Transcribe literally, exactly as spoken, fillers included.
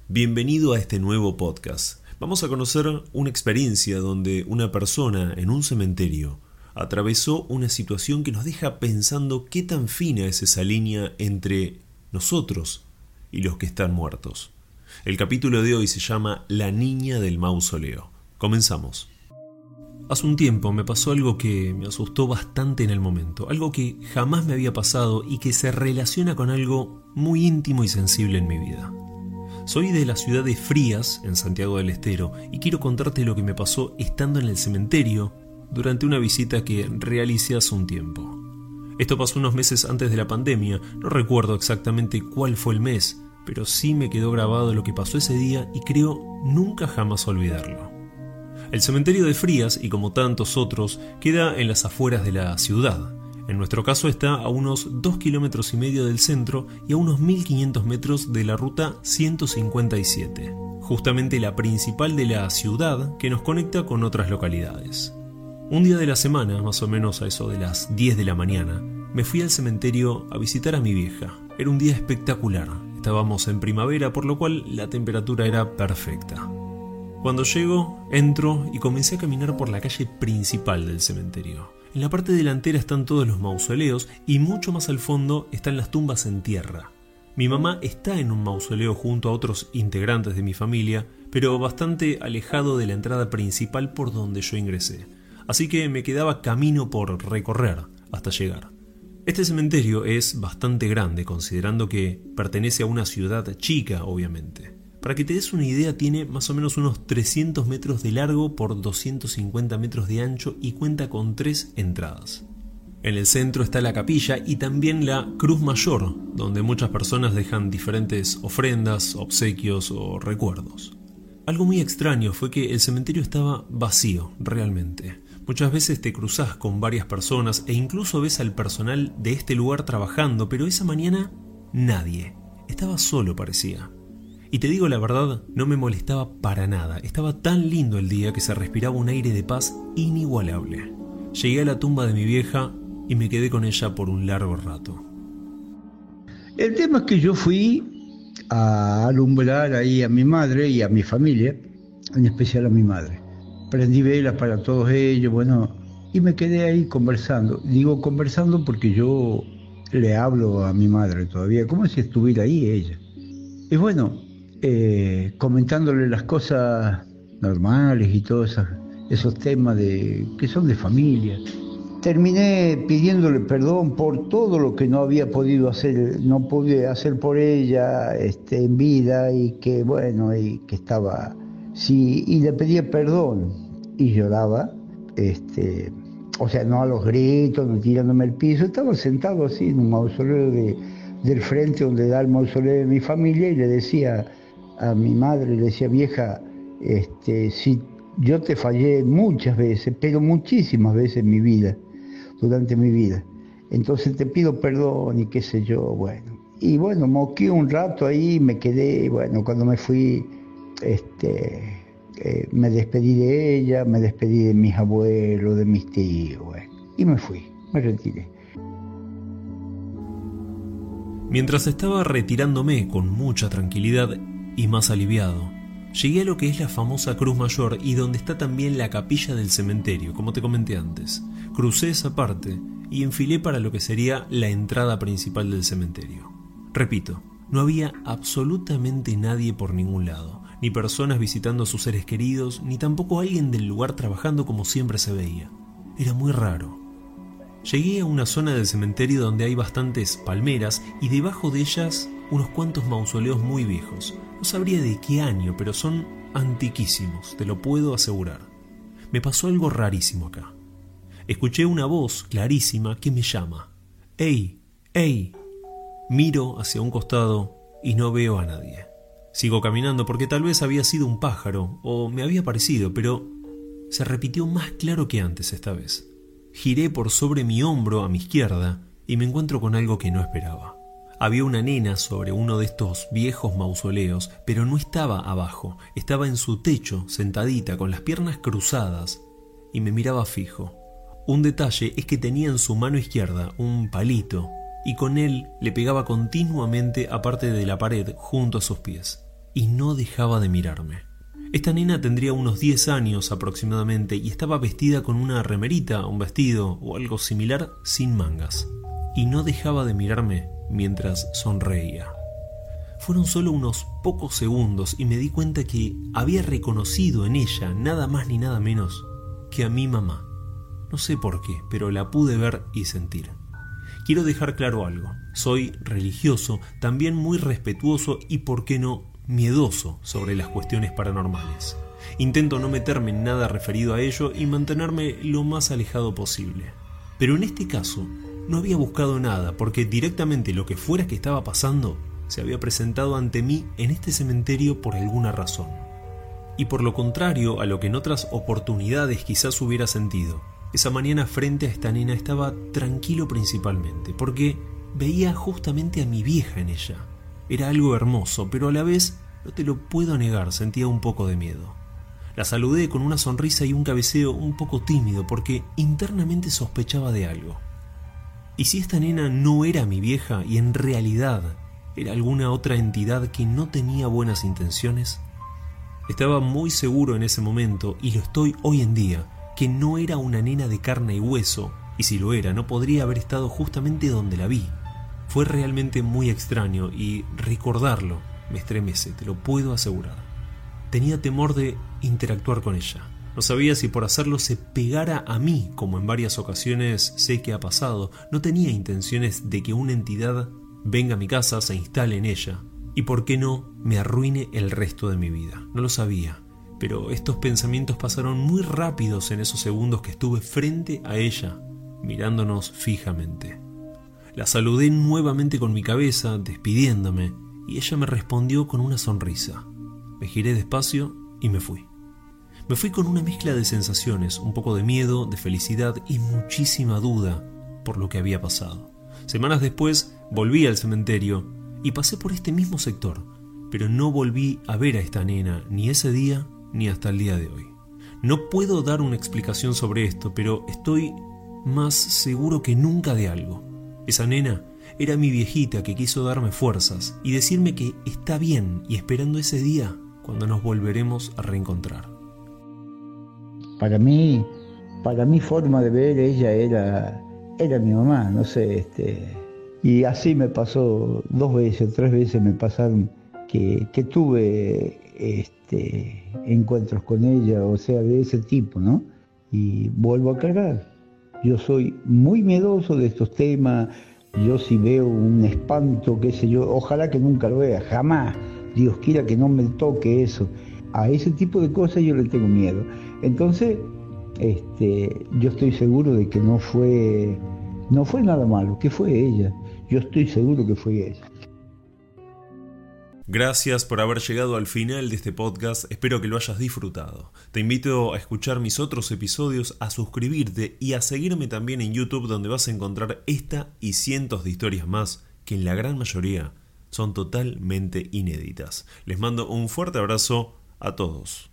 Bienvenido a este nuevo podcast. Vamos a conocer una experiencia donde una persona en un cementerio atravesó una situación que nos deja pensando qué tan fina es esa línea entre nosotros y los que están muertos. El capítulo de hoy se llama La niña del mausoleo. Comenzamos. Hace un tiempo me pasó algo que me asustó bastante en el momento, algo que jamás me había pasado y que se relaciona con algo muy íntimo y sensible en mi vida. Soy de la ciudad de Frías, en Santiago del Estero, y quiero contarte lo que me pasó estando en el cementerio durante una visita que realicé hace un tiempo. Esto pasó unos meses antes de la pandemia, no recuerdo exactamente cuál fue el mes, pero sí me quedó grabado lo que pasó ese día y creo nunca jamás olvidarlo. El cementerio de Frías, y como tantos otros, queda en las afueras de la ciudad. En nuestro caso está a unos dos kilómetros y medio del centro y a unos mil quinientos metros de la ruta ciento cincuenta y siete, justamente la principal de la ciudad que nos conecta con otras localidades. Un día de la semana, más o menos a eso de las diez de la mañana, me fui al cementerio a visitar a mi vieja. Era un día espectacular, estábamos en primavera, por lo cual la temperatura era perfecta. Cuando llego, entro y comencé a caminar por la calle principal del cementerio. En la parte delantera están todos los mausoleos y mucho más al fondo están las tumbas en tierra. Mi mamá está en un mausoleo junto a otros integrantes de mi familia, pero bastante alejado de la entrada principal por donde yo ingresé. Así que me quedaba camino por recorrer hasta llegar. Este cementerio es bastante grande, considerando que pertenece a una ciudad chica, obviamente. Para que te des una idea, tiene más o menos unos trescientos metros de largo por doscientos cincuenta metros de ancho y cuenta con tres entradas. En el centro está la capilla y también la Cruz Mayor, donde muchas personas dejan diferentes ofrendas, obsequios o recuerdos. Algo muy extraño fue que el cementerio estaba vacío, realmente. Muchas veces te cruzás con varias personas e incluso ves al personal de este lugar trabajando, pero esa mañana nadie. Estaba solo, parecía. Y te digo la verdad, no me molestaba para nada. Estaba tan lindo el día que se respiraba un aire de paz inigualable. Llegué a la tumba de mi vieja y me quedé con ella por un largo rato. El tema es que yo fui a alumbrar ahí a mi madre y a mi familia, en especial a mi madre. Prendí velas para todos ellos, bueno, y me quedé ahí conversando. Digo conversando porque yo le hablo a mi madre todavía, como si estuviera ahí ella. Y bueno, Eh, comentándole las cosas normales y todos esos, esos temas de, que son de familia. Terminé pidiéndole perdón por todo lo que no había podido hacer, no pude hacer por ella este, en vida y que bueno, y que estaba, sí, y le pedía perdón y lloraba, este, o sea, no a los gritos, no tirándome al piso, estaba sentado así en un mausoleo de, del frente donde da el mausoleo de mi familia y le decía a mi madre, le decía, vieja, este, si yo te fallé muchas veces, pero muchísimas veces en mi vida, durante mi vida, entonces te pido perdón y qué sé yo, bueno. Y bueno, moqué un rato ahí, me quedé, bueno, cuando me fui, este, eh, me despedí de ella, me despedí de mis abuelos, de mis tíos, bueno, y me fui, me retiré. Mientras estaba retirándome con mucha tranquilidad y más aliviado, llegué a lo que es la famosa Cruz Mayor y donde está también la capilla del cementerio, como te comenté antes. Crucé esa parte y enfilé para lo que sería la entrada principal del cementerio. Repito, no había absolutamente nadie por ningún lado, ni personas visitando a sus seres queridos, ni tampoco alguien del lugar trabajando como siempre se veía. Era muy raro. Llegué a una zona del cementerio donde hay bastantes palmeras y debajo de ellas unos cuantos mausoleos muy viejos. No sabría de qué año, pero son antiquísimos, te lo puedo asegurar. Me pasó algo rarísimo acá. Escuché una voz clarísima que me llama. ¡Ey! ¡Ey! Miro hacia un costado y no veo a nadie. Sigo caminando porque tal vez había sido un pájaro o me había parecido, pero se repitió más claro que antes esta vez. Giré por sobre mi hombro a mi izquierda y me encuentro con algo que no esperaba. Había una nena sobre uno de estos viejos mausoleos, pero no estaba abajo, estaba en su techo, sentadita, con las piernas cruzadas, y me miraba fijo. Un detalle es que tenía en su mano izquierda un palito, y con él le pegaba continuamente a parte de la pared junto a sus pies. y no dejaba de mirarme. Esta nena tendría unos diez años aproximadamente y estaba vestida con una remerita, un vestido o algo similar sin mangas. Y no dejaba de mirarme mientras sonreía. Fueron solo unos pocos segundos y me di cuenta que había reconocido en ella nada más ni nada menos que a mi mamá. No sé por qué, pero la pude ver y sentir. Quiero dejar claro algo. Soy religioso, también muy respetuoso y, por qué no, miedoso sobre las cuestiones paranormales. Intento no meterme en nada referido a ello y mantenerme lo más alejado posible. Pero en este caso no había buscado nada porque directamente lo que fuera que estaba pasando se había presentado ante mí en este cementerio por alguna razón. Y por lo contrario a lo que en otras oportunidades quizás hubiera sentido, esa mañana frente a esta nena estaba tranquilo principalmente porque veía justamente a mi vieja en ella. Era algo hermoso, pero a la vez, no te lo puedo negar, sentía un poco de miedo. La saludé con una sonrisa y un cabeceo un poco tímido porque internamente sospechaba de algo. ¿Y si esta nena no era mi vieja y en realidad era alguna otra entidad que no tenía buenas intenciones? Estaba muy seguro en ese momento, y lo estoy hoy en día, que no era una nena de carne y hueso, y si lo era, no podría haber estado justamente donde la vi. Fue realmente muy extraño y recordarlo me estremece, te lo puedo asegurar. Tenía temor de interactuar con ella. No sabía si por hacerlo se pegara a mí, como en varias ocasiones sé que ha pasado. No tenía intenciones de que una entidad venga a mi casa, se instale en ella y, por qué no, me arruine el resto de mi vida. No lo sabía, pero estos pensamientos pasaron muy rápidos en esos segundos que estuve frente a ella, mirándonos fijamente. La saludé nuevamente con mi cabeza, despidiéndome, y ella me respondió con una sonrisa. Me giré despacio y me fui. Me fui con una mezcla de sensaciones, un poco de miedo, de felicidad y muchísima duda por lo que había pasado. Semanas después volví al cementerio y pasé por este mismo sector, pero no volví a ver a esta nena ni ese día ni hasta el día de hoy. No puedo dar una explicación sobre esto, pero estoy más seguro que nunca de algo. Esa nena era mi viejita que quiso darme fuerzas y decirme que está bien y esperando ese día cuando nos volveremos a reencontrar. Para mí, para mi forma de ver, ella era, era mi mamá, no sé, este, y así me pasó dos veces, tres veces me pasaron que, que tuve este, encuentros con ella, o sea, de ese tipo, ¿no? Y vuelvo a aclarar, yo soy muy miedoso de estos temas. Yo si veo un espanto, qué sé yo, ojalá que nunca lo vea, jamás. Dios quiera que no me toque eso. A ese tipo de cosas yo le tengo miedo. Entonces, este, yo estoy seguro de que no fue, no fue nada malo, que fue ella. Yo estoy seguro que fue ella. Gracias por haber llegado al final de este podcast, espero que lo hayas disfrutado. Te invito a escuchar mis otros episodios, a suscribirte y a seguirme también en YouTube, donde vas a encontrar esta y cientos de historias más que en la gran mayoría son totalmente inéditas. Les mando un fuerte abrazo a todos.